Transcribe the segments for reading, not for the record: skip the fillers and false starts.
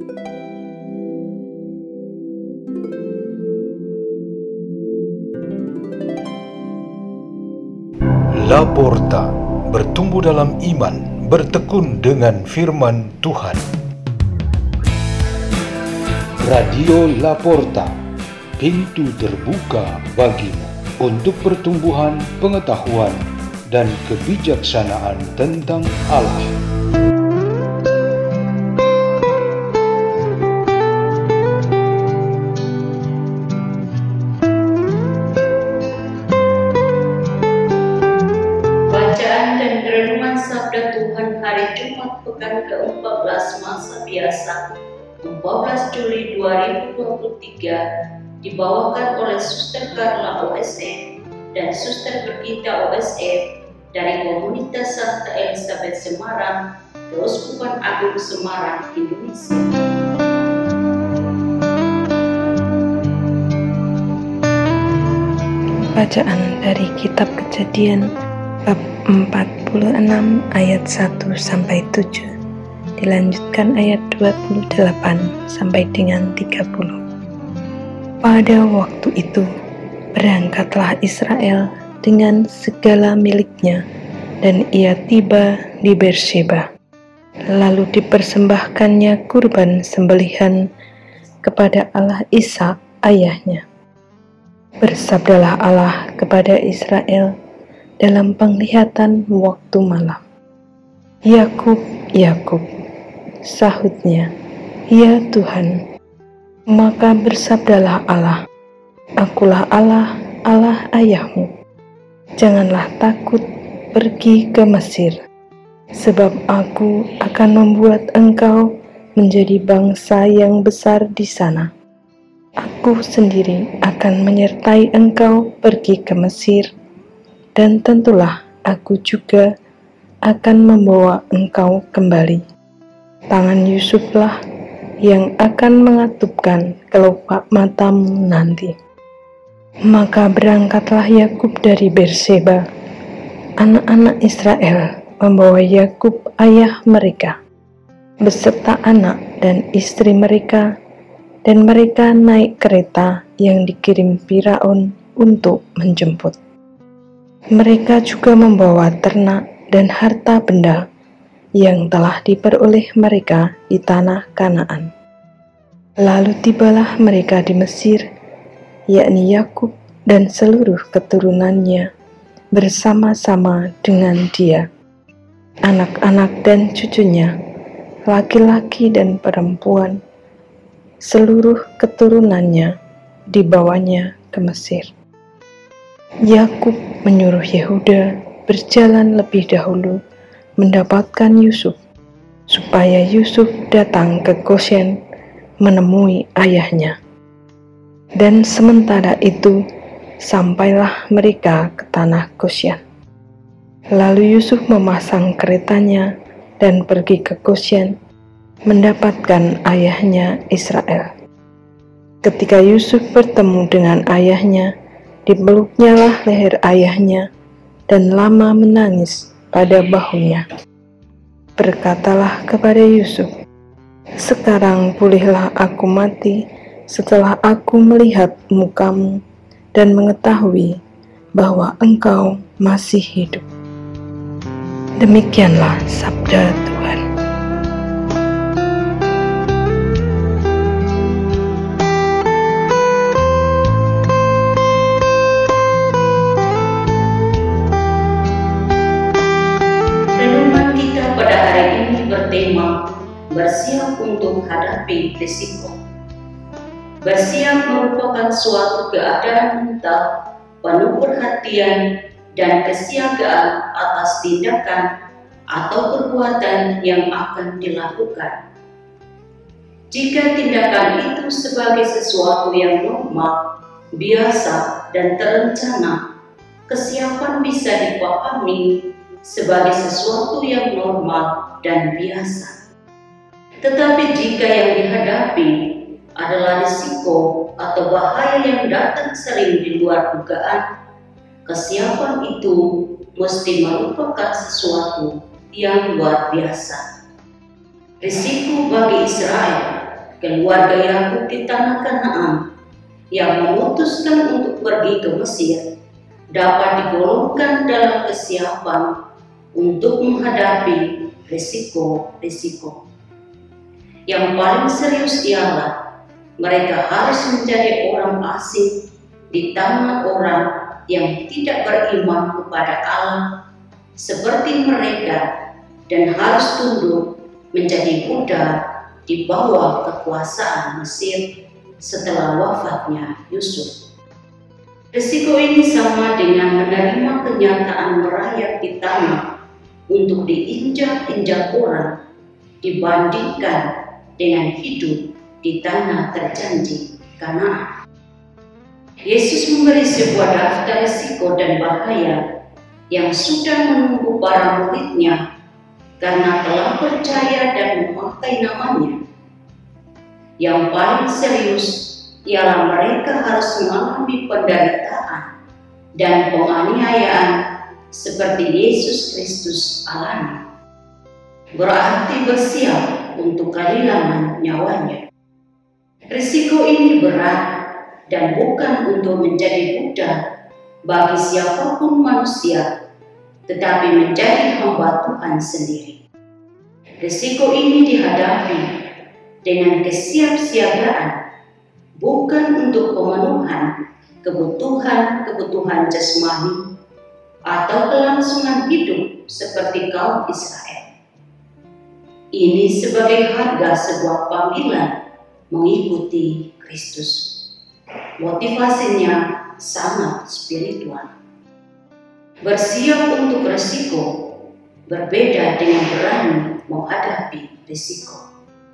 Laporta, bertumbuh dalam iman, bertekun dengan firman Tuhan. Radio Laporta, pintu terbuka bagimu untuk pertumbuhan pengetahuan dan kebijaksanaan tentang Allah. Bacaan dan renungan Sabda Tuhan hari Jumat pekan ke-14 masa biasa 14 Juli 2023 dibawakan oleh Suster Karla OSF dan Suster Bergita OSF dari Komunitas Santa Elizabeth Semarang, Keuskupan Agung Semarang, Indonesia. Bacaan dari Kitab Kejadian bab 46 ayat 1-7, dilanjutkan ayat 28 sampai dengan 30. Pada waktu itu, berangkatlah Israel dengan segala miliknya, dan ia tiba di Beersheba. Lalu dipersembahkannya kurban sembelihan kepada Allah Ishak ayahnya. Bersabdalah Allah kepada Israel dalam penglihatan waktu malam. Yakub, Yakub, sahutnya, ya Tuhan. Maka bersabdalah Allah, Akulah Allah, Allah ayahmu. Janganlah takut pergi ke Mesir, sebab aku akan membuat engkau menjadi bangsa yang besar di sana. Aku sendiri akan menyertai engkau pergi ke Mesir, dan tentulah aku juga akan membawa engkau kembali. Tangan Yusuflah yang akan mengatupkan kelopak matamu nanti. Maka berangkatlah Yakub dari Beersheba. Anak-anak Israel membawa Yakub ayah mereka, beserta anak dan istri mereka, dan mereka naik kereta yang dikirim Firaun untuk menjemput. Mereka juga membawa ternak dan harta benda yang telah diperoleh mereka di tanah Kanaan. Lalu tibalah mereka di Mesir, yakni Yakub dan seluruh keturunannya bersama-sama dengan dia, anak-anak dan cucunya, laki-laki dan perempuan, seluruh keturunannya dibawanya ke Mesir. Yakub menyuruh Yehuda berjalan lebih dahulu mendapatkan Yusuf, supaya Yusuf datang ke Goshen menemui ayahnya. Dan sementara itu sampailah mereka ke tanah Goshen. Lalu Yusuf memasang keretanya dan pergi ke Goshen mendapatkan ayahnya Israel. Ketika Yusuf bertemu dengan ayahnya, dipeluknyalah leher ayahnya dan lama menangis pada bahunya. Berkatalah kepada Yusuf, "Sekarang bolehlah aku mati setelah aku melihat mukamu dan mengetahui bahwa engkau masih hidup." Demikianlah sabda Tuhan. Renungan kita pada hari ini bertema bersiap untuk hadapi risiko. Bersiap merupakan suatu keadaan mental penuh perhatian dan kesiagaan atas tindakan atau perbuatan yang akan dilakukan. Jika tindakan itu sebagai sesuatu yang normal, biasa, dan terencana, kesiapan bisa dipahami sebagai sesuatu yang normal dan biasa. Tetapi jika yang dihadapi adalah risiko atau bahaya yang datang sering di luar dugaan, kesiapan itu mesti merupakan sesuatu yang luar biasa. Risiko bagi Israel keluarga Yakub di tanah Kanaan yang memutuskan untuk pergi ke Mesir dapat digolongkan dalam kesiapan untuk menghadapi risiko-risiko. Yang paling serius ialah mereka harus menjadi orang asing di tanah orang yang tidak beriman kepada Allah seperti mereka dan harus tunduk menjadi budak di bawah kekuasaan Mesir setelah wafatnya Yusuf. Risiko ini sama dengan menerima kenyataan merayap di tanah untuk diinjak-injak orang dibandingkan dengan hidup di tanah terjanji Kanaan. Yesus memberi sebuah daftar risiko dan bahaya yang sudah menunggu para muridnya karena telah percaya dan memakai namanya. Yang paling serius ialah mereka harus mengalami penderitaan dan penganiayaan seperti Yesus Kristus alami. Berarti bersiap untuk kehilangan nyawanya. Risiko ini berat dan bukan untuk menjadi budak bagi siapapun manusia, tetapi menjadi hamba Tuhan sendiri. Risiko ini dihadapi dengan kesiapsiagaan, bukan untuk pemenuhan kebutuhan jasmani atau kelangsungan hidup seperti kaum Israel. Ini sebagai harga sebuah panggilan mengikuti Kristus. Motivasinya sangat spiritual. Bersiap untuk risiko berbeda dengan berani menghadapi risiko.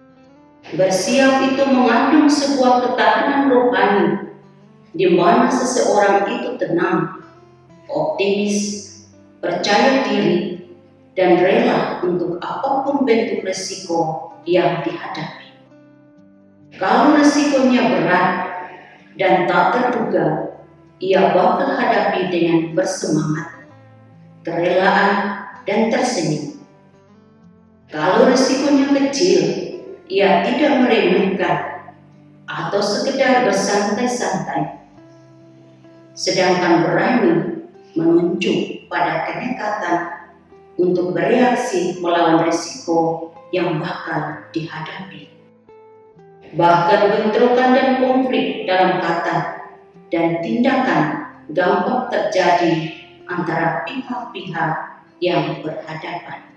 Bersiap itu mengandung sebuah ketahanan rohani di mana seseorang itu tenang, optimis, percaya diri, dan rela untuk apapun bentuk risiko yang dihadapi. Kalau risikonya berat dan tak terduga, ia bakal hadapi dengan bersemangat, kerelaan, dan tersenyum. Kalau risikonya kecil, ia tidak meremehkan atau sekedar bersantai-santai. Sedangkan berani menunjuk pada kenekatan untuk bereaksi melawan risiko yang bakal dihadapi. Bahkan bentrokan dan konflik dalam kata dan tindakan gampang terjadi antara pihak-pihak yang berhadapan.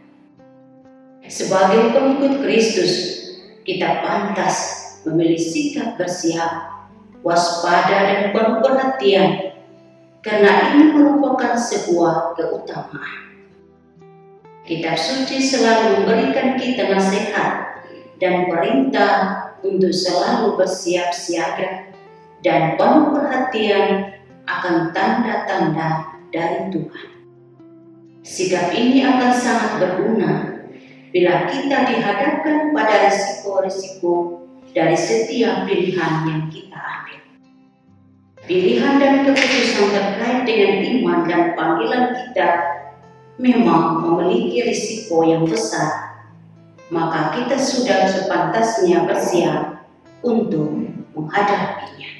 Sebagai pengikut Kristus, kita pantas memilih sikap bersiap, waspada, dan penuh perhatian, karena ini merupakan sebuah keutamaan. Kitab suci selalu memberikan kita nasihat dan perintah untuk selalu bersiap siaga dan penuh perhatian akan tanda-tanda dari Tuhan. Sikap ini akan sangat berguna bila kita dihadapkan pada risiko-risiko dari setiap pilihan yang kita ambil. Pilihan dan keputusan terkait dengan iman dan panggilan kita memang memiliki risiko yang besar, maka kita sudah sepantasnya bersiap untuk menghadapinya.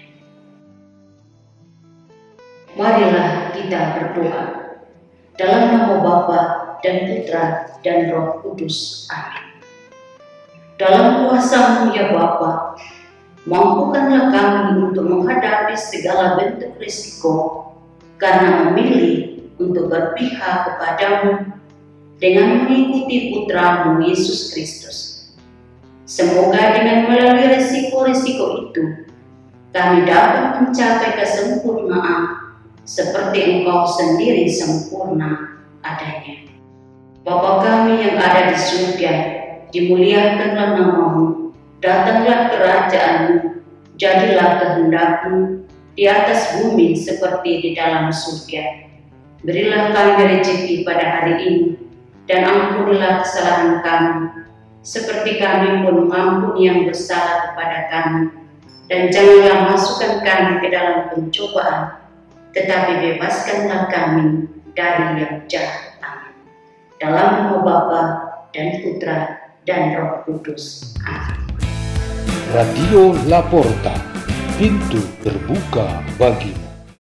Marilah kita berdoa. Dalam nama Bapa dan Putra dan Roh Kudus. Amin. Dalam kuasa-Mu ya Bapa, mampukanlah kami untuk menghadapi segala bentuk risiko karena memilih untuk berpihak kepadamu dengan mengikuti Putra-Mu Yesus Kristus. Semoga dengan melalui risiko-risiko itu, kami dapat mencapai kesempurnaan seperti Engkau sendiri sempurna adanya. Bapa kami yang ada di surga, dimuliakanlah nama-Mu, datanglah kerajaan-Mu, jadilah kehendak-Mu di atas bumi seperti di dalam surga. Berilah kami rezeki pada hari ini, dan ampunilah kesalahan kami, seperti kami pun mengampuni yang bersalah kepada kami. Dan janganlah masukkan kami ke dalam pencobaan, tetapi bebaskanlah kami dari yang jahat. Amin. Dalam nama Bapa dan Putra dan Roh Kudus. Amin. Radio Laporta, pintu terbuka bagimu.